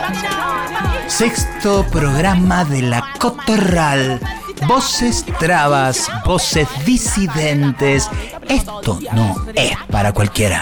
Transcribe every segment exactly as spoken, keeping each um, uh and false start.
Sexto programa de La Cotorral. Voces trabas, voces disidentes. Esto no es para cualquiera.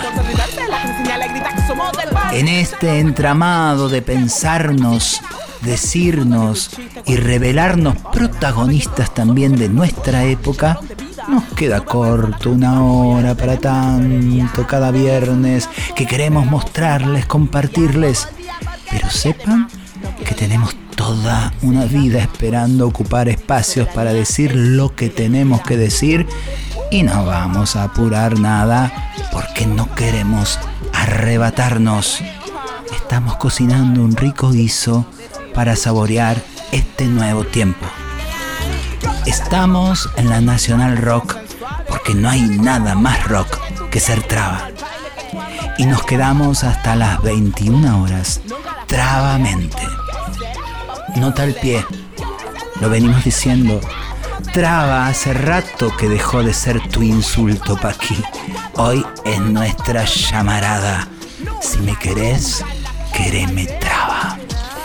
En este entramado de pensarnos, decirnos y revelarnos protagonistas también de nuestra época, nos queda corto una hora para tanto cada viernes que queremos mostrarles, compartirles. Pero sepan que tenemos toda una vida esperando ocupar espacios para decir lo que tenemos que decir y no vamos a apurar nada porque no queremos arrebatarnos. Estamos cocinando un rico guiso para saborear este nuevo tiempo. Estamos en la Nacional Rock porque no hay nada más rock que ser traba. Y nos quedamos hasta las veintiuna horas, travamente. Nota al pie, lo venimos diciendo. Traba hace rato que dejó de ser tu insulto, Paqui. Hoy es nuestra llamarada. Si me querés, quereme traba.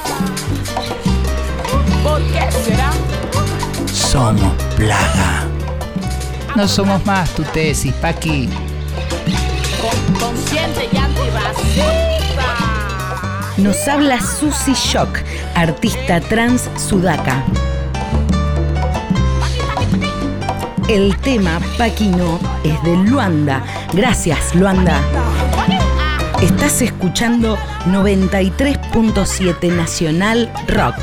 ¿Por qué será? Somos plaga. No somos más tu tesis, Paqui. Consciente y antirracista. Nos habla Susi Shock, artista trans sudaca. El tema Paquino es de Luanda. Gracias, Luanda. Estás escuchando noventa y tres punto siete Nacional Rock.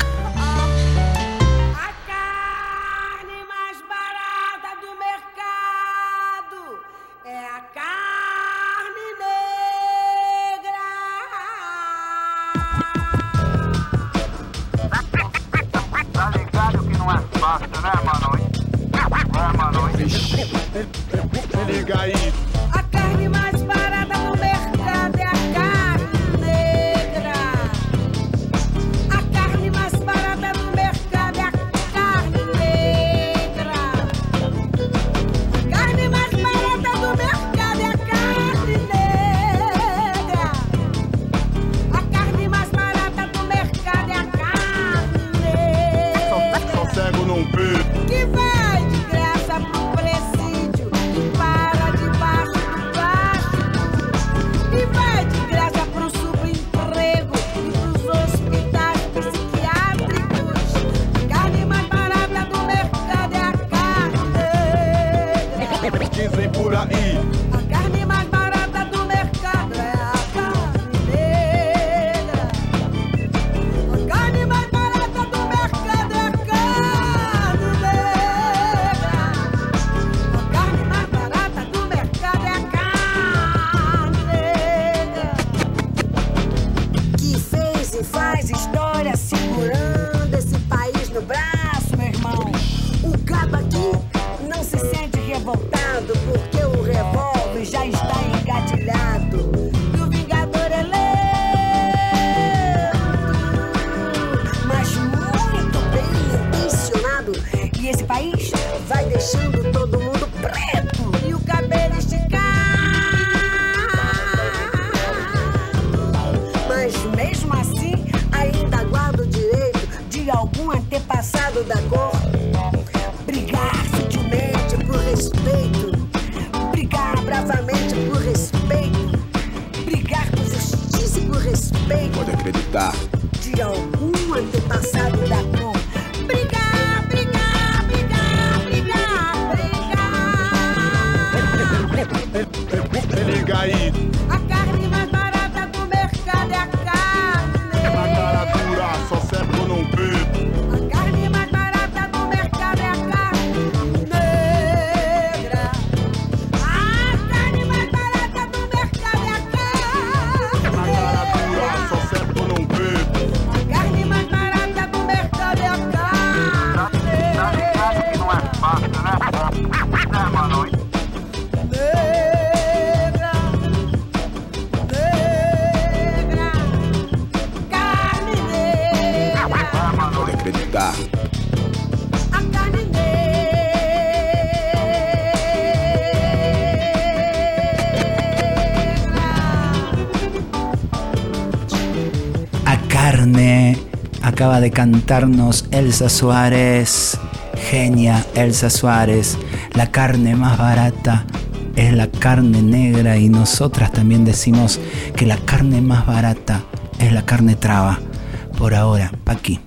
carne. Acaba de cantarnos Elsa Suárez, genia Elsa Suárez. La carne más barata es la carne negra y nosotras también decimos que la carne más barata es la carne traba. Por ahora, Paqui.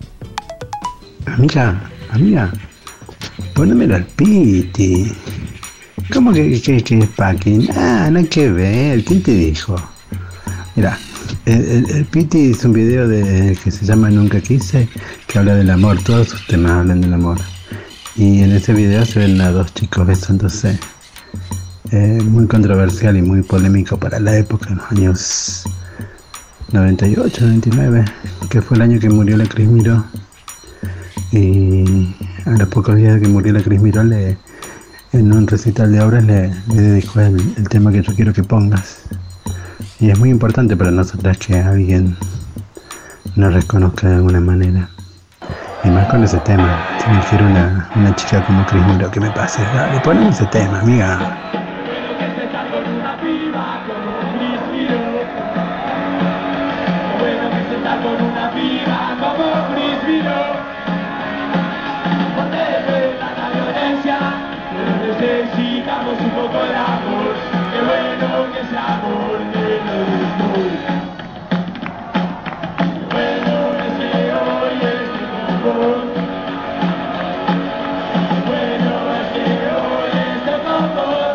Amiga, amiga, ponémelo al Piti. ¿Cómo que, que, que es Paqui? Ah, no hay que ver. ¿Quién te dijo? Mira, el, el, el Piti hizo un video de, que se llama Nunca Quise, que habla del amor. Todos sus temas hablan del amor. Y en ese video se ven a dos chicos besándose. Eh, muy controversial y muy polémico para la época, en los años noventa y ocho, noventa y nueve, que fue el año que murió la Cris Miró. Y a los pocos días de que murió la Cris Miró, le, en un recital de obras le, le dedicó el, el tema que yo quiero que pongas. Y es muy importante para nosotras que alguien nos reconozca de alguna manera. Y más con ese tema. Si me quiero una, una chica como Cris Miró, que me pase. Dale, ponme ese tema, amiga. Necesitamos un poco de amor, qué bueno que ese amor te lo doy. Qué bueno es que hoy estemos juntos. Qué bueno es que hoy estemos juntos.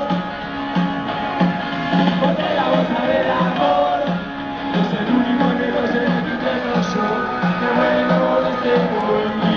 Porque la bolsa del amor es el único negocio entre nosotros. Qué bueno es que hoy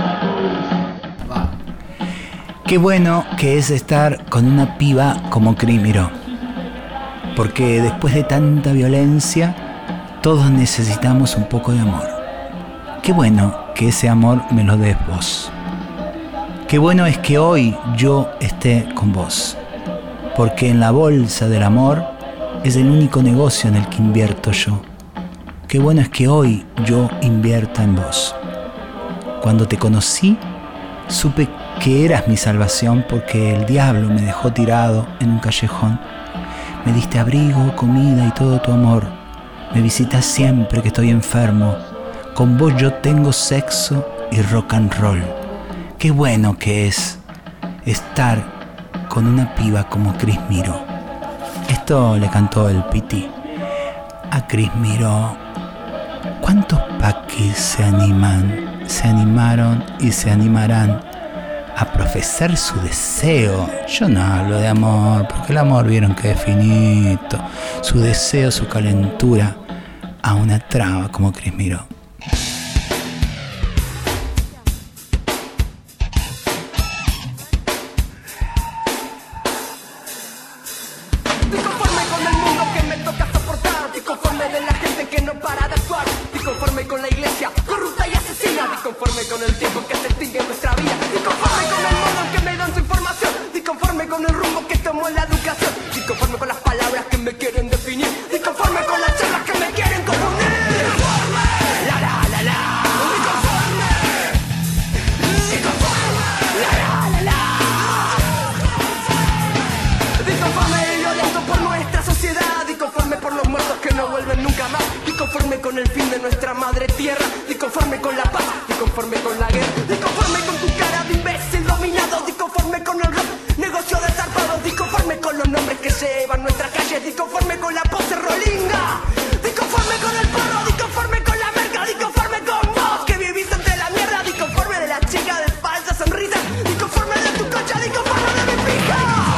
Qué bueno que es estar con una piba como Cris Miró. Porque después de tanta violencia, todos necesitamos un poco de amor. Qué bueno que ese amor me lo des vos. Qué bueno es que hoy yo esté con vos. Porque en la bolsa del amor es el único negocio en el que invierto yo. Qué bueno es que hoy yo invierta en vos. Cuando te conocí, supe que eras mi salvación porque el diablo me dejó tirado en un callejón. Me diste abrigo, comida y todo tu amor. Me visitas siempre que estoy enfermo. Con vos yo tengo sexo y rock and roll. Qué bueno que es estar con una piba como Cris Miró. Esto le cantó el Piti a Cris Miró. ¿Cuántos paquis se animan, se animaron y se animarán a profesar su deseo? Yo no hablo de amor, porque el amor vieron que es finito. Su deseo, su calentura a una traba como Cris Miró. Disconforme con el mundo que me toca soportar, disconforme de la gente que no para de actuar, disconforme con la iglesia corrupta y asesina, disconforme con el tiempo que se extingue en nuestra vida, disconforme con el modo en que me dan su información, disconforme con el rumbo que tomo en la educación, disconforme con las palabras que me quieren definir, disconforme con las charlas que me quieren confundir. Disconforme, la la la la. Disconforme, disconforme, la la la la. Disconforme y violento por nuestra sociedad, disconforme por los muertos que no vuelven nunca más, disconforme con el fin de nuestra madre tierra, disconforme con la paz, disconforme con la guerra, disconforme con tu cara de imbécil dominado, disconforme con el rap, negocio de zarpados, disconforme con los nombres que llevan nuestras calles, disconforme con la pose rolinga, disconforme con el porro, disconforme con la merca, disconforme con vos que vivís entre la mierda, disconforme de la chica de falsa sonrisa, disconforme de tu concha, disconforme de mi pija.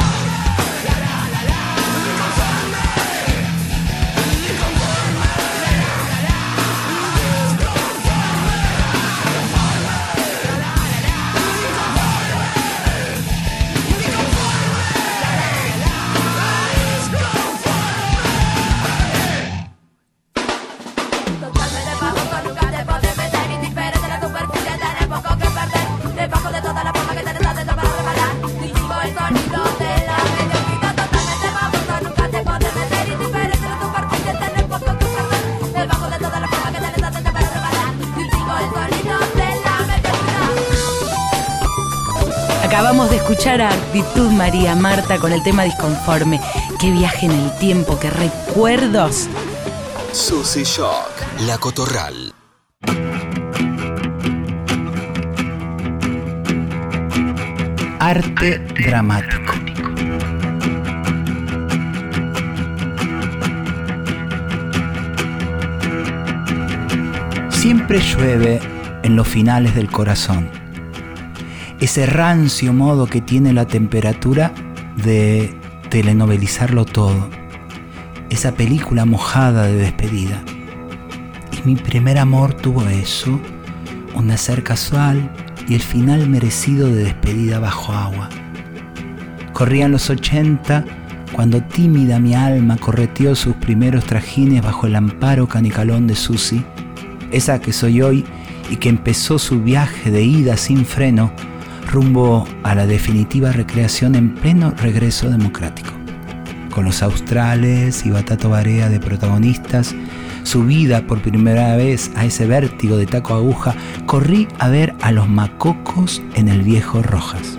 Acabamos de escuchar a Actitud María Marta con el tema Disconforme. Qué viaje en el tiempo, qué recuerdos. Susie Shock, La Cotorral. Arte dramático. Siempre llueve en los finales del corazón. Ese rancio modo que tiene la temperatura de telenovelizarlo todo. Esa película mojada de despedida. Y mi primer amor tuvo eso, un nacer casual y el final merecido de despedida bajo agua. Corrían los ochenta cuando tímida mi alma correteó sus primeros trajines bajo el amparo canicalón de Susi, esa que soy hoy y que empezó su viaje de ida sin freno rumbo a la definitiva recreación en pleno regreso democrático. Con los australes y Batato Barea de protagonistas, subida por primera vez a ese vértigo de taco aguja, corrí a ver a los macocos en el viejo Rojas.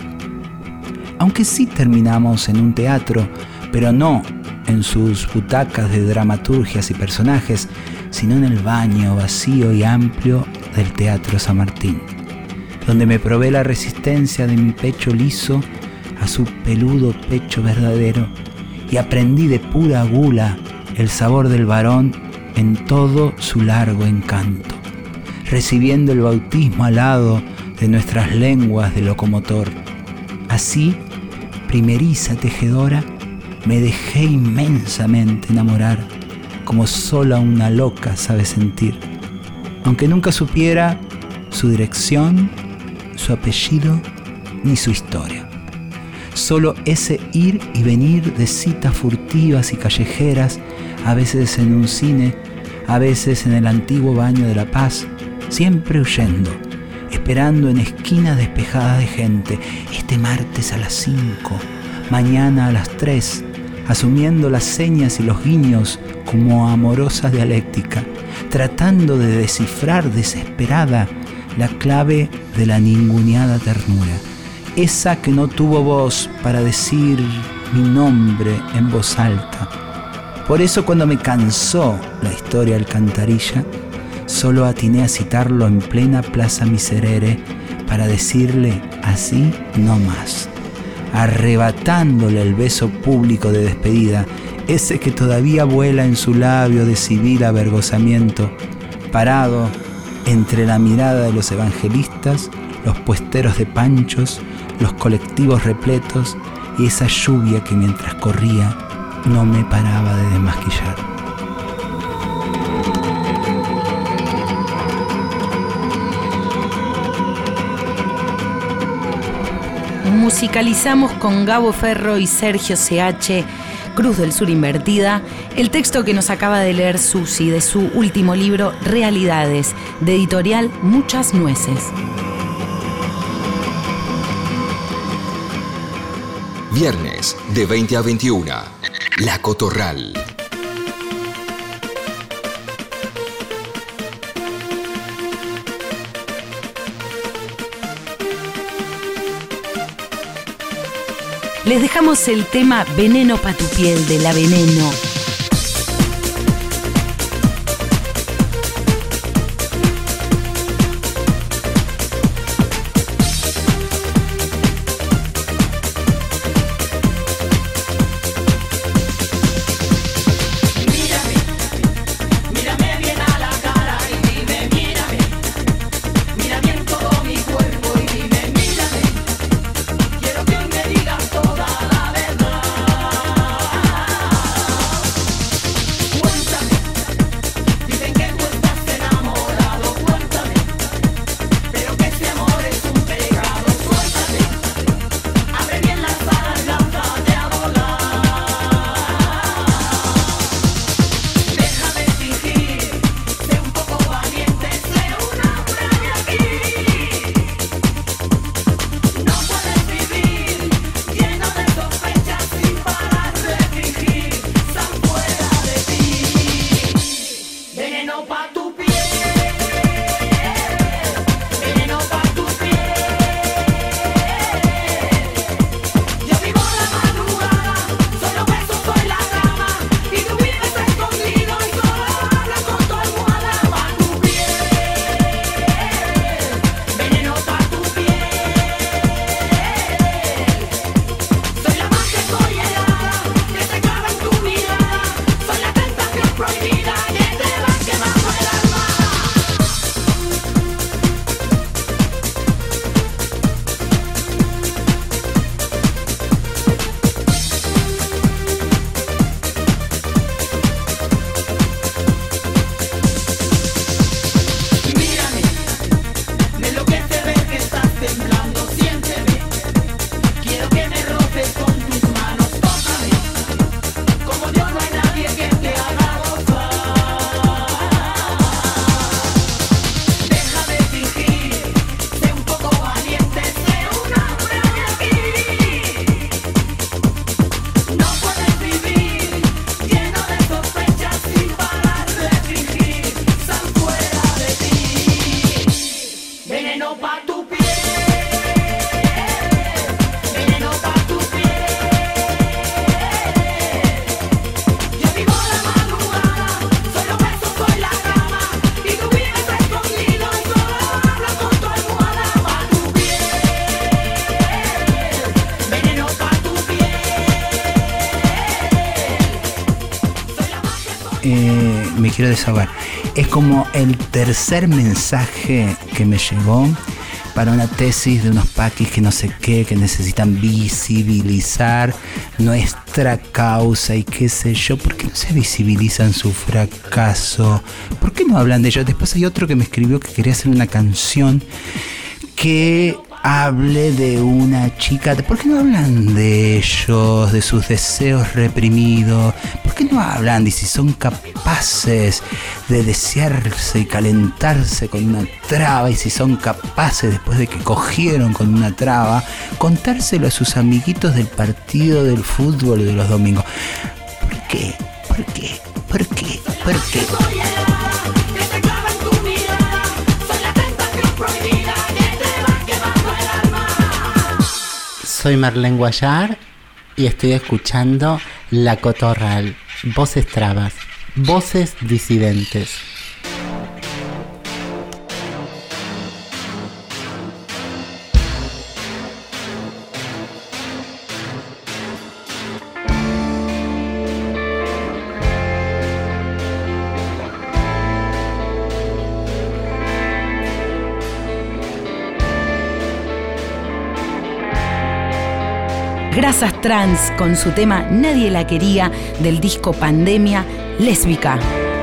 Aunque sí terminamos en un teatro, pero no en sus butacas de dramaturgias y personajes, sino en el baño vacío y amplio del Teatro San Martín, donde me probé la resistencia de mi pecho liso a su peludo pecho verdadero y aprendí de pura gula el sabor del varón en todo su largo encanto, recibiendo el bautismo alado de nuestras lenguas de locomotor. Así, primeriza tejedora, me dejé inmensamente enamorar, como sola una loca sabe sentir, aunque nunca supiera su dirección, su apellido ni su historia. Solo ese ir y venir de citas furtivas y callejeras, a veces en un cine, a veces en el antiguo baño de La Paz, siempre huyendo, esperando en esquinas despejadas de gente, este martes a las cinco, mañana a las tres, asumiendo las señas y los guiños como amorosa dialéctica, tratando de descifrar desesperada la clave de la ninguneada ternura, esa que no tuvo voz para decir mi nombre en voz alta. Por eso cuando me cansó la historia Alcantarilla, solo atiné a citarlo en plena Plaza Miserere para decirle así no más, arrebatándole el beso público de despedida, ese que todavía vuela en su labio de civil avergonzamiento, parado entre la mirada de los evangelistas, los puesteros de panchos, los colectivos repletos y esa lluvia que mientras corría no me paraba de desmasquillar. Musicalizamos con Gabo Ferro y Sergio C H, Cruz del Sur Invertida, el texto que nos acaba de leer Susi de su último libro Realidades, de editorial Muchas Nueces. Viernes de veinte a veintiuno, La Cotorral. Les dejamos el tema Veneno pa' tu piel de La Veneno. Quiero que me digas toda la verdad. quiero desahogar. Es como el tercer mensaje que me llegó para una tesis de unos paquis que no sé qué, que necesitan visibilizar nuestra causa y qué sé yo. ¿Por qué no se visibilizan su fracaso? ¿Por qué no hablan de ellos? Después hay otro que me escribió que quería hacer una canción que hable de una chica. ¿Por qué no hablan de ellos, de sus deseos reprimidos? ¿Por qué no hablan de si son capaces de desearse y calentarse con una traba? Y si son capaces, después de que cogieron con una traba, contárselo a sus amiguitos del partido del fútbol de los domingos. ¿Por qué? ¿Por qué? ¿Por qué? ¿Por qué? Soy Marlene Guayar y estoy escuchando La Cotorral, voces trabas, voces disidentes. Grasas Trans con su tema Nadie la quería del disco Pandemia Lésbica.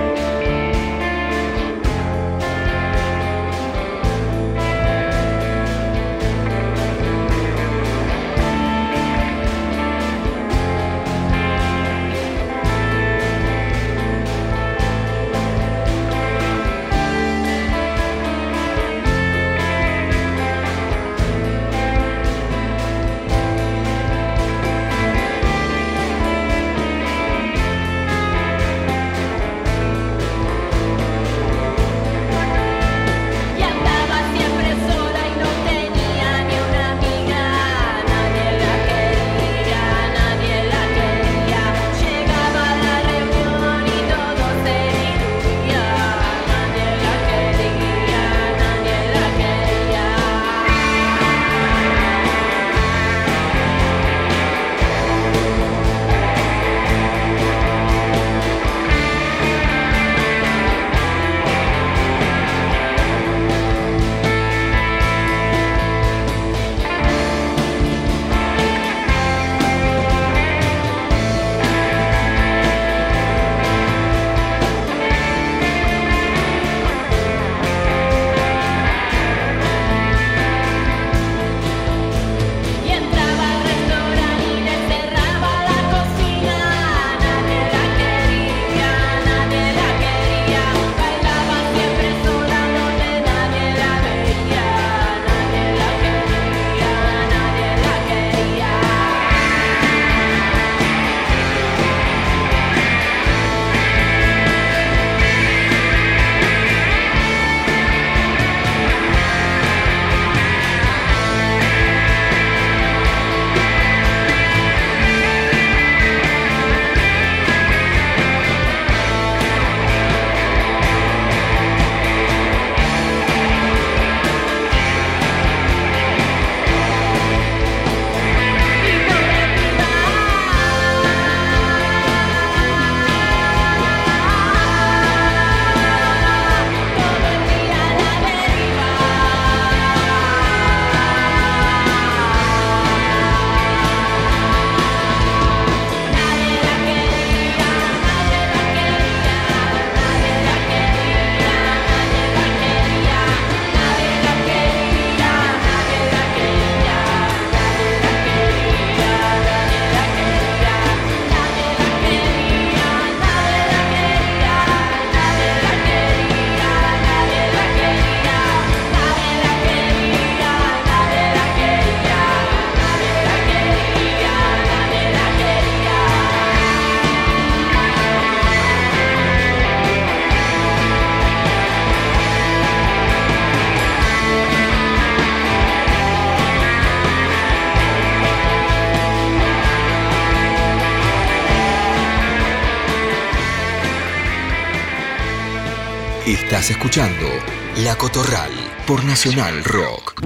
Estás escuchando La Cotorral por Nacional Rock.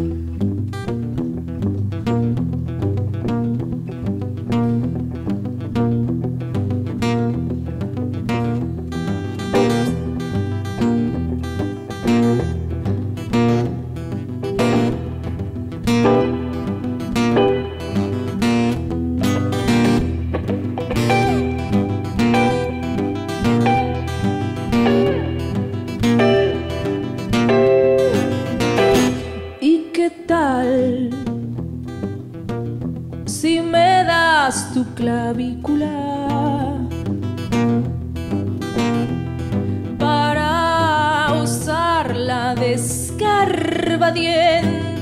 boca de escarbadientes.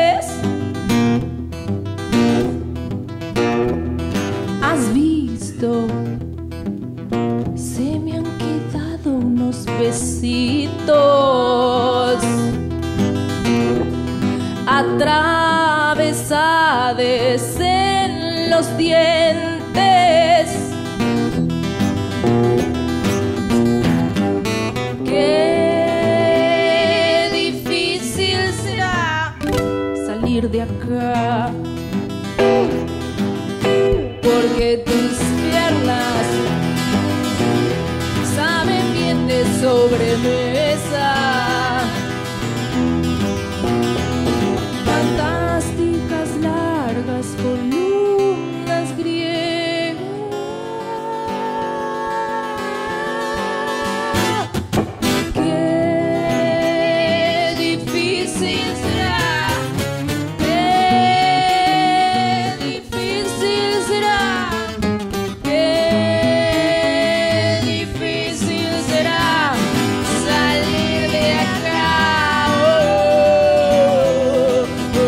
Has visto, se me han quedado unos besitos atravesados en los dientes. Qué difícil será salir de acá, porque tus piernas saben bien de sobremesa. Fantásticas largas columnas griegas. Qué difícil será, qué difícil será, qué difícil será salir de acá. Oh, oh,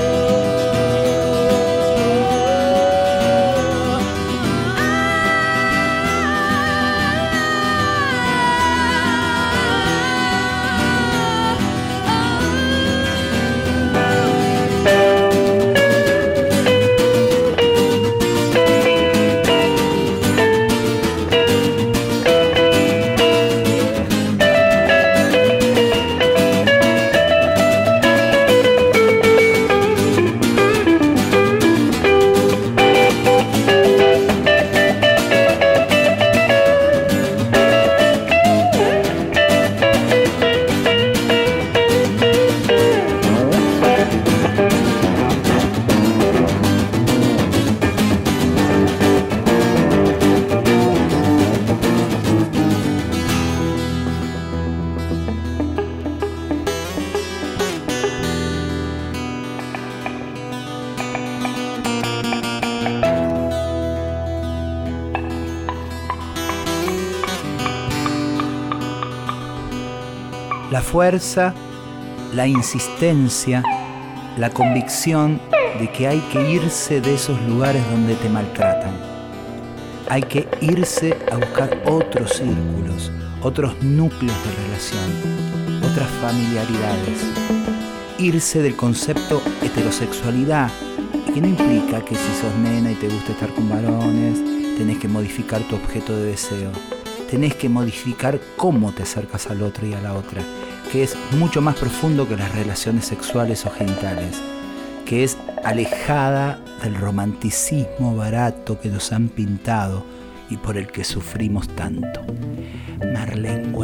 La fuerza, la insistencia, la convicción de que hay que irse de esos lugares donde te maltratan. Hay que irse a buscar otros círculos, otros núcleos de relación, otras familiaridades. Irse del concepto heterosexualidad, que no implica que si sos nena y te gusta estar con varones, tenés que modificar tu objeto de deseo. Tenés que modificar cómo te acercas al otro y a la otra, que es mucho más profundo que las relaciones sexuales o genitales, que es alejada del romanticismo barato que nos han pintado y por el que sufrimos tanto. Marlene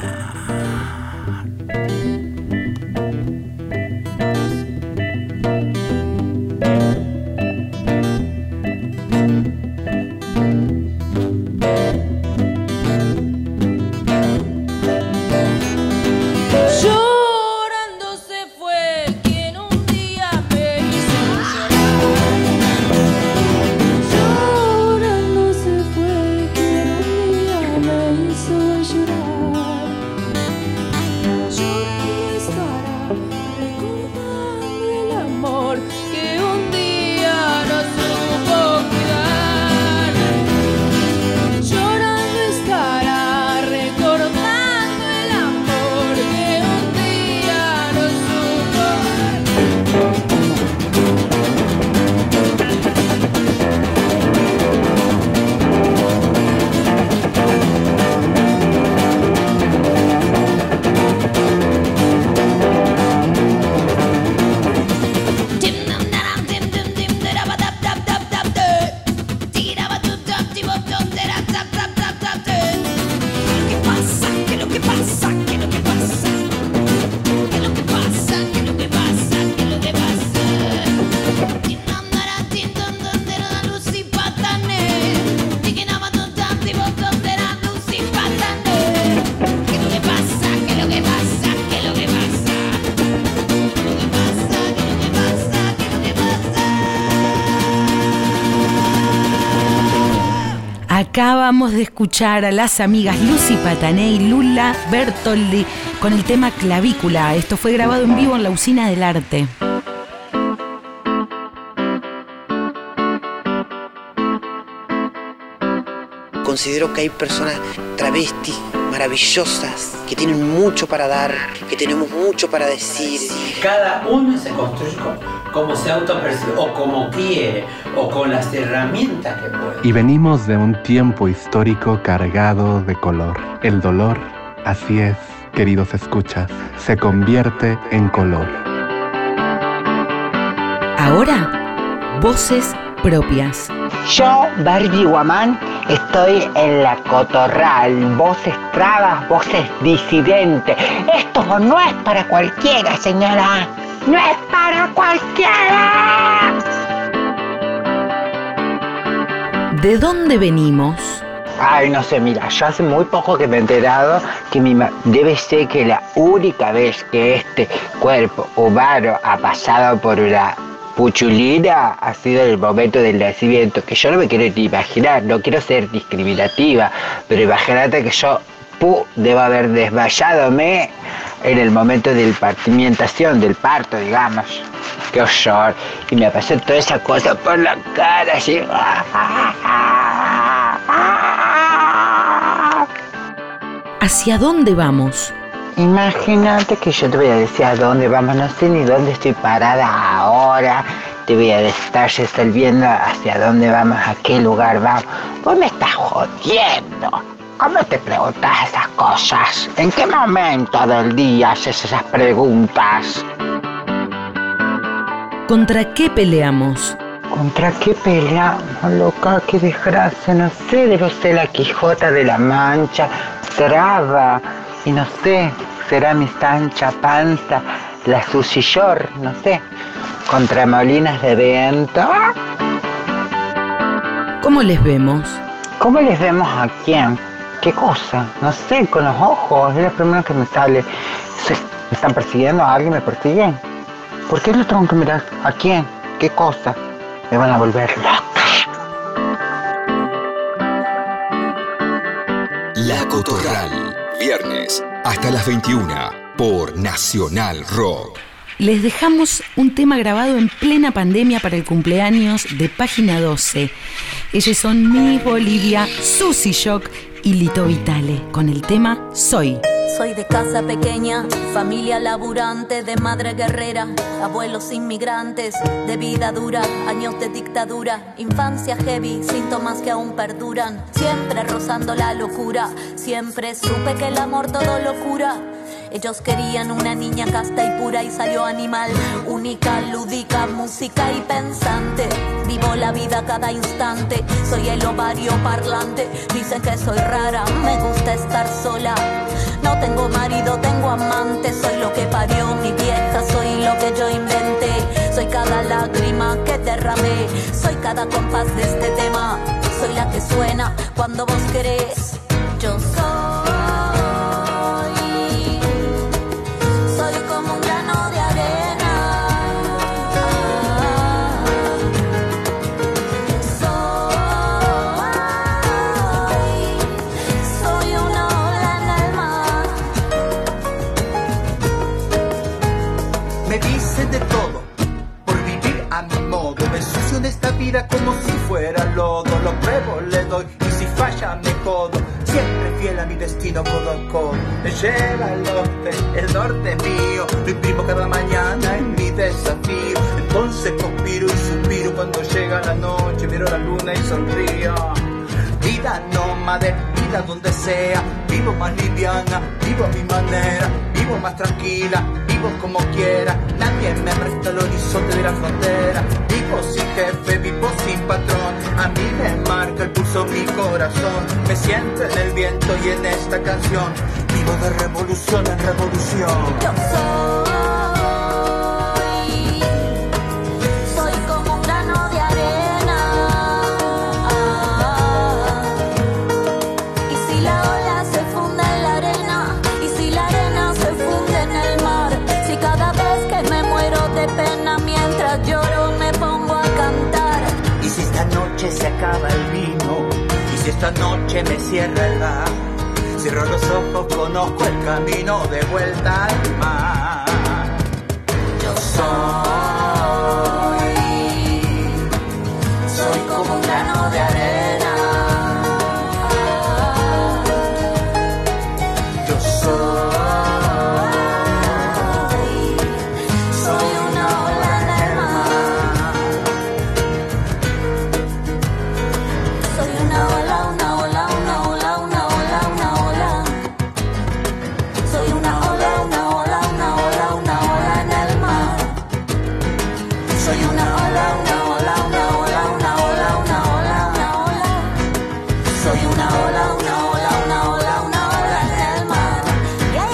Guayar. llorar. Acabamos de escuchar a las amigas Lucy Patané y Lula Bertoldi con el tema Clavícula. Esto fue grabado en vivo en la Usina del Arte. Considero que hay personas travestis maravillosas que tienen mucho para dar, que tenemos mucho para decir. Cada uno se construye como, como se autopercibe, o como quiere, o con las herramientas que puede. Y venimos de un tiempo histórico cargado de color. El dolor, así es, queridos escuchas, se convierte en color. Ahora, voces propias. Yo, Barbie Guamán, estoy en la Cotorral. Voces trabas, voces disidentes. Esto no es para cualquiera, señora. ¡No es para cualquiera! ¿De dónde venimos? Ay, no sé, mira, yo hace muy poco que me he enterado que mi ma- debe ser que la única vez que este cuerpo humano ha pasado por una puchulina ha sido en el momento del nacimiento, que yo no me quiero ni imaginar, no quiero ser discriminativa, pero imagínate que yo pu, debo haber desmayadome en el momento de la partimientación, del parto, digamos. Qué horror. Y me pasó toda esa cosa por la cara, así. ¿Hacia dónde vamos? Imagínate que yo te voy a decir a dónde vamos, no sé ni dónde estoy parada ahora. Te voy a estar resolviendo hacia dónde vamos, a qué lugar vamos. Vos me estás jodiendo. ¿Cómo te preguntas esas cosas? ¿En qué momento del día haces esas preguntas? ¿Contra qué peleamos? ¿Contra qué peleamos, loca? Qué desgracia, no sé, debe ser la Quijota de la Mancha, traba, y no sé, será mi Sancha Panza, la Sushi Shore, no sé, contra molinas de viento. ¿Cómo les vemos? ¿Cómo les vemos a quién? ¿Qué cosa? No sé, con los ojos, es lo primero que me sale. ¿Me están persiguiendo? ¿A alguien me persiguen? ¿Por qué lo tengo que mirar? ¿A quién? ¿Qué cosa? Me van a volver loca. La Cotorral, viernes hasta las veintiuna por Nacional Rock. Les dejamos un tema grabado en plena pandemia para el cumpleaños de Página doce. Ellos son Miss Bolivia, Susy Shock y Lito Vitale con el tema Soy. Soy de casa pequeña, familia laburante, de madre guerrera, abuelos inmigrantes, de vida dura, años de dictadura, infancia heavy, síntomas que aún perduran, siempre rozando la locura, siempre supe que el amor todo lo cura. Ellos querían una niña casta y pura y salió animal, única, lúdica, música y pensante. Vivo la vida cada instante, soy el ovario parlante. Dicen que soy rara, me gusta estar sola. No tengo marido, tengo amante. Soy lo que parió mi vieja, soy lo que yo inventé. Soy cada lágrima que derramé, soy cada compás de este tema. Soy la que suena cuando vos querés. Yo soy. Esta vida como si fuera lodo, lo pruebo, le doy y si falla me jodo, siempre fiel a mi destino codo a codo, me lleva al norte, el norte mío, lo imprimo cada mañana en mi desafío, entonces conspiro y suspiro cuando llega la noche, miro la luna y sonrío. Vida nómade, vida donde sea, vivo más liviana, vivo a mi manera, vivo más tranquila, vivo como quiera, nadie me resta el horizonte de la frontera, vivo sin jefe, vivo sin patrón, a mí me marca el pulso mi corazón, me siento en el viento y en esta canción, vivo de revolución en revolución. Yo soy. Se acaba el vino y si Si esta noche me cierra el bar, cierro los ojos, conozco el camino de vuelta al mar. Yo soy, soy como un grano de arena. Yo soy, soy una ola en el mar. Soy una ola, una ola, una ola, una ola, una ola. Soy una ola, una ola, una ola, una ola en el mar. Soy una ola, una ola, una ola, una ola, una ola, una ola. Soy una ola, una ola, una ola, una ola en el mar. Yeah,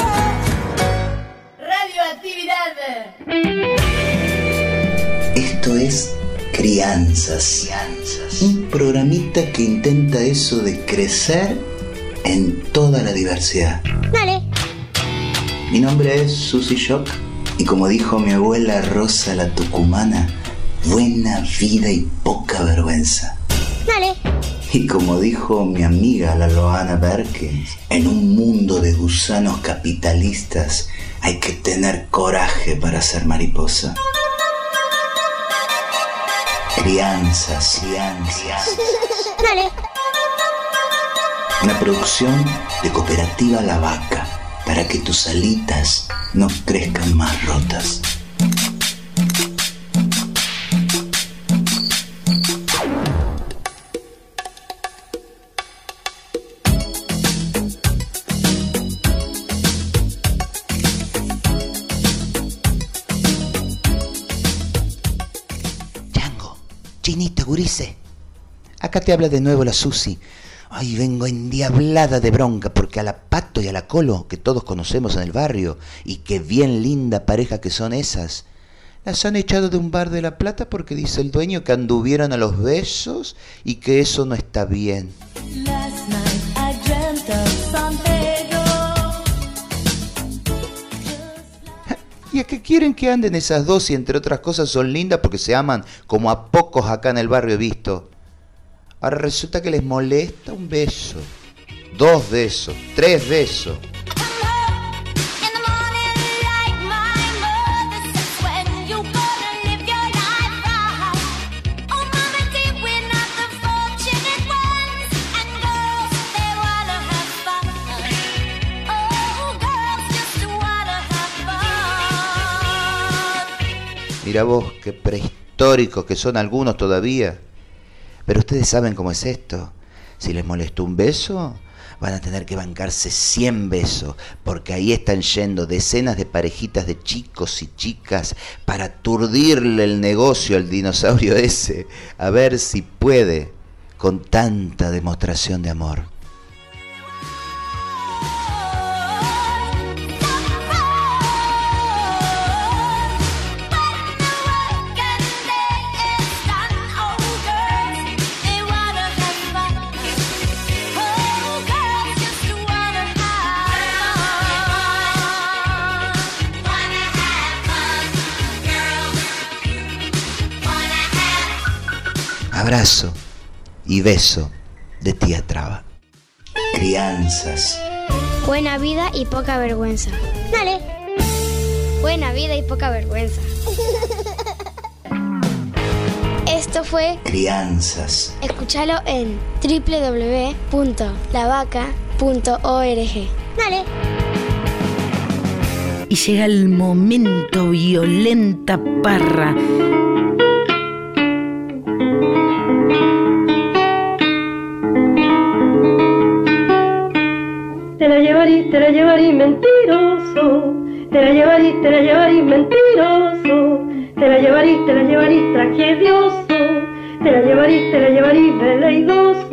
Radioactividad. Esto es Crianzas, un programita que intenta eso de crecer en toda la diversidad. Dale. Mi nombre es Susy Shock y como dijo mi abuela Rosa la Tucumana, buena vida y poca vergüenza. Dale. Y como dijo mi amiga la Loana Berkins, en un mundo de gusanos capitalistas hay que tener coraje para ser mariposa. Crianzas, crianzas. Dale. Una producción de Cooperativa La Vaca, para que tus alitas no crezcan más rotas. Chinita, gurice. Acá te habla de nuevo la Susi. Ay, vengo endiablada de bronca porque a la Pato y a la Colo, que todos conocemos en el barrio, y qué bien linda pareja que son esas, las han echado de un bar de La Plata porque dice el dueño que anduvieron a los besos y que eso no está bien. ¿Y a qué quieren que anden esas dos si entre otras cosas son lindas porque se aman como a pocos acá en el barrio he visto? Ahora resulta que les molesta un beso, dos besos, tres besos. Mira vos, qué prehistóricos que son algunos todavía. Pero ustedes saben cómo es esto. Si les molestó un beso, van a tener que bancarse cien besos, porque ahí están yendo decenas de parejitas de chicos y chicas para aturdirle el negocio al dinosaurio ese, a ver si puede con tanta demostración de amor. Abrazo y beso de tía Traba. Crianzas. Buena vida y poca vergüenza. Dale. Buena vida y poca vergüenza. Esto fue Crianzas. Escúchalo en doble u doble u doble u punto la vaca punto org. Dale. Y llega el momento, Violenta Parra. Te la llevarí, te la llevarí, mentiroso. Te la llevarí, te la llevarí, mentiroso. Te la llevarí, te la llevarí, tragedioso. Te la llevarí, te la llevarí, veleidoso.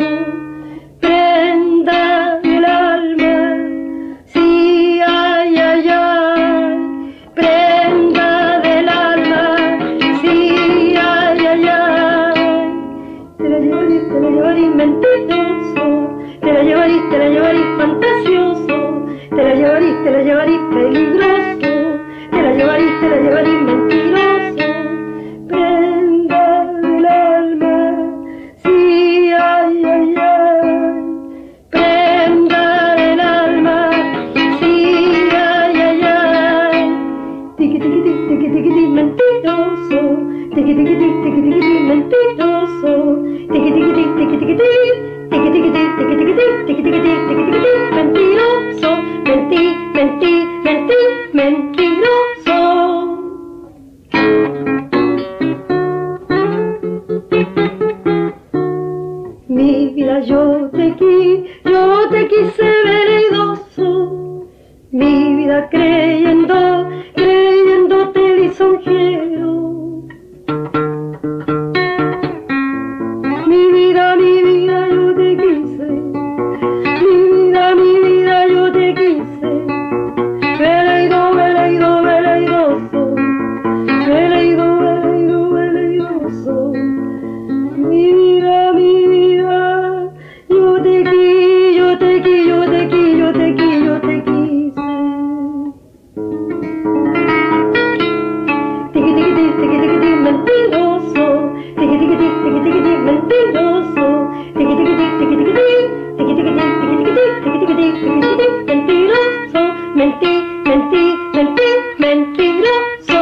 Prenda del alma, sí, ay, ay, ay. Prenda del alma, sí, ay, ay, ay. Te la llevarí, te la llevarí, mentiroso. Te la llevarí, te la llevarí, fantasioso. Te la llevarí, te la llevarí, peligroso. Te la llevarí, te la llevarí, mentiroso. Prenda del alma, sí, ay, ay, ay. tiqui tiqui tiqui tiqui tiqui mentiroso, tiqui tiqui tiqui tiqui tiqui mentiroso, tiqui tiqui tiqui tiqui tiqui tiqui tiqui tiqui tiqui tiqui tiqui tiqui tiqui tiqui mentiroso, mentí, mentí, mentí, mentiroso. Mi vida yo te quise, yo te quise veleidoso, mi vida creyendo, creyéndote lisonjero. Mi vida, mi vida yo te quise, mi vida, mi vida yo te quise, veleido, veleido, veleidoso, veleido, veleido, veleidoso. Mi vida, mi vida, yo te qui, yo te qui, yo te qui, yo te qui, yo te quise. Tiqui tiqui tiqui tiqui tiqui tiqui mentiroso, tiqui tiqui tiqui tiqui tiqui tiqui mentiroso, tiqui tiqui tiqui tiqui tiqui tiqui tiqui tiqui tiqui tiqui tiqui tiqui tiqui tiqui mentiroso, mentí, mentí, mentí, mentiroso.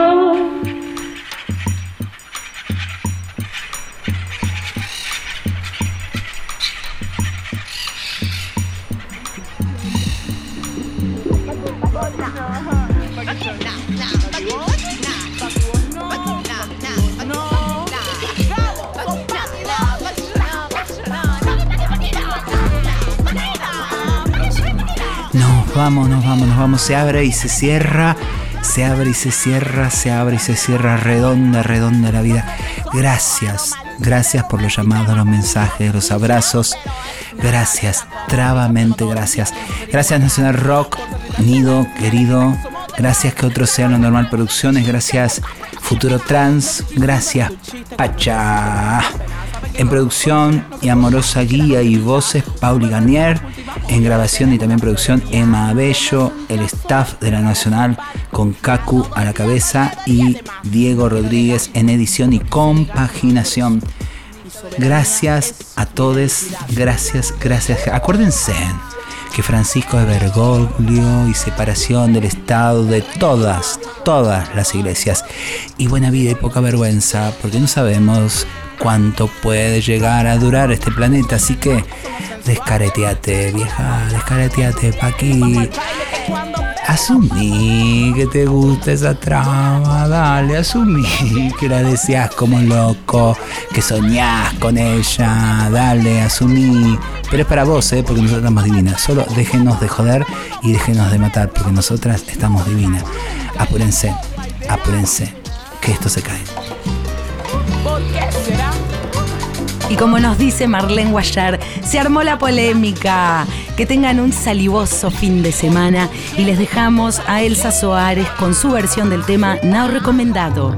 Nos vamos, nos vamos, nos vamos. Se abre y se cierra, se abre y se cierra, se abre y se cierra. Redonda, redonda la vida. Gracias, gracias por los llamados, los mensajes, los abrazos. Gracias, trabamente gracias. Gracias Nacional Rock, Nido, querido. Gracias Que Otro Sea Lo Normal Producciones. Gracias Futuro Trans. Gracias Pacha. En producción y amorosa guía y voces, Pauli Garnier. En grabación y también producción, Emma Abello. El staff de la Nacional con Cacu a la cabeza y Diego Rodríguez en edición y compaginación. Gracias a todos, gracias, gracias. Acuérdense que Francisco de Bergoglio y separación del Estado de todas, todas las iglesias. Y buena vida y poca vergüenza, porque no sabemos cuánto puede llegar a durar este planeta. Así que descareteate, vieja, descareteate, Paqui. Asumí que te gusta esa trama, dale, asumí que la deseas como loco, que soñás con ella, dale, asumí. Pero es para vos, ¿eh? Porque nosotras estamos divinas. Solo déjenos de joder y déjenos de matar, porque nosotras estamos divinas. Apúrense, apúrense, que esto se cae. ¿Por qué será? Y como nos dice Marlene Guayar, se armó la polémica. Que tengan un salivoso fin de semana y les dejamos a Elsa Soares con su versión del tema No Recomendado.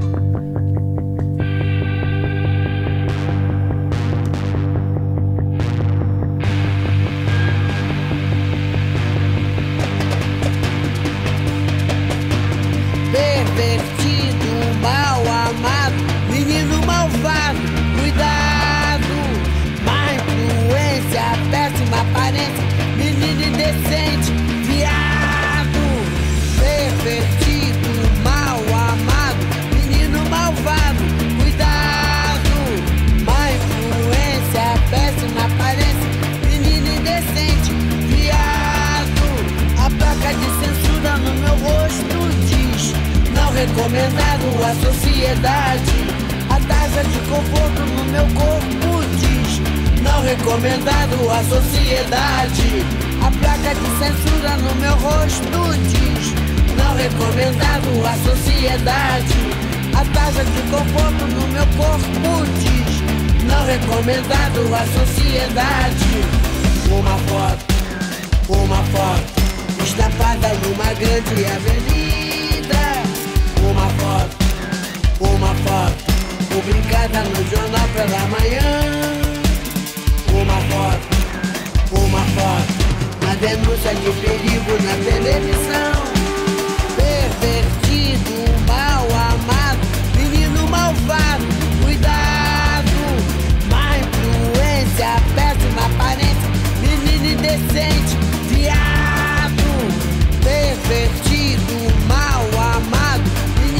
Pervertido, mal amado, menino malvado, cuidado, má influência, péssima aparência, menino indecente, viado. Pervertido, mal amado, menino malvado, cuidado, má influência, péssima aparência, menino indecente, viado. A placa de censura no meu rosto diz: não recomendado à sociedade. A taxa de conforto no meu corpo diz: não recomendado à sociedade. A placa de censura no meu rosto diz: não recomendado à sociedade. A taxa de conforto no meu corpo diz: não recomendado à sociedade. Uma foto, uma foto estampada numa grande avenida. Uma foto, uma foto publicada no jornal pela manhã. Uma foto, uma foto na denúncia de perigo na televisão. Pervertido, mal amado, menino malvado, cuidado, má influência, péssima aparência, menino indecente, viado. Pervertido, mal amado,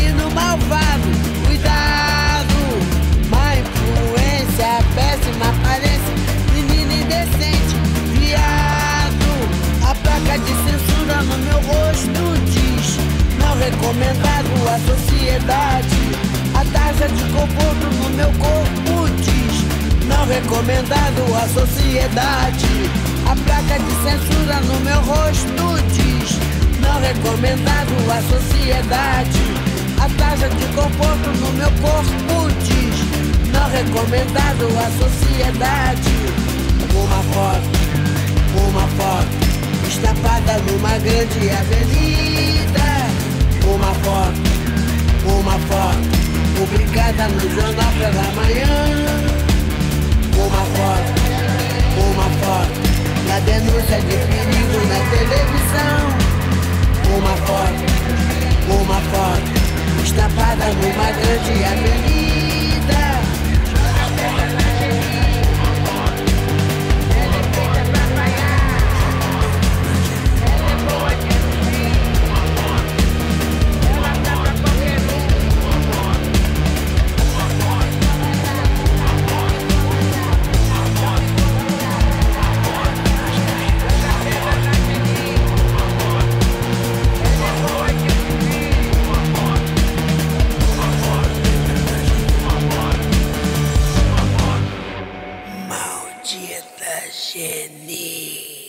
sociedade. A taxa de conforto no meu corpo diz não recomendado à sociedade. A placa de censura no meu rosto diz não recomendado à sociedade. A taxa de conforto no meu corpo diz não recomendado à sociedade. Uma foto, uma foto estampada numa grande avenida. Uma foto, uma foto publicada no jornal pela manhã. Uma foto, uma foto na denúncia de perigo na televisão. Uma foto, uma foto estampada numa grande avenida. Genie.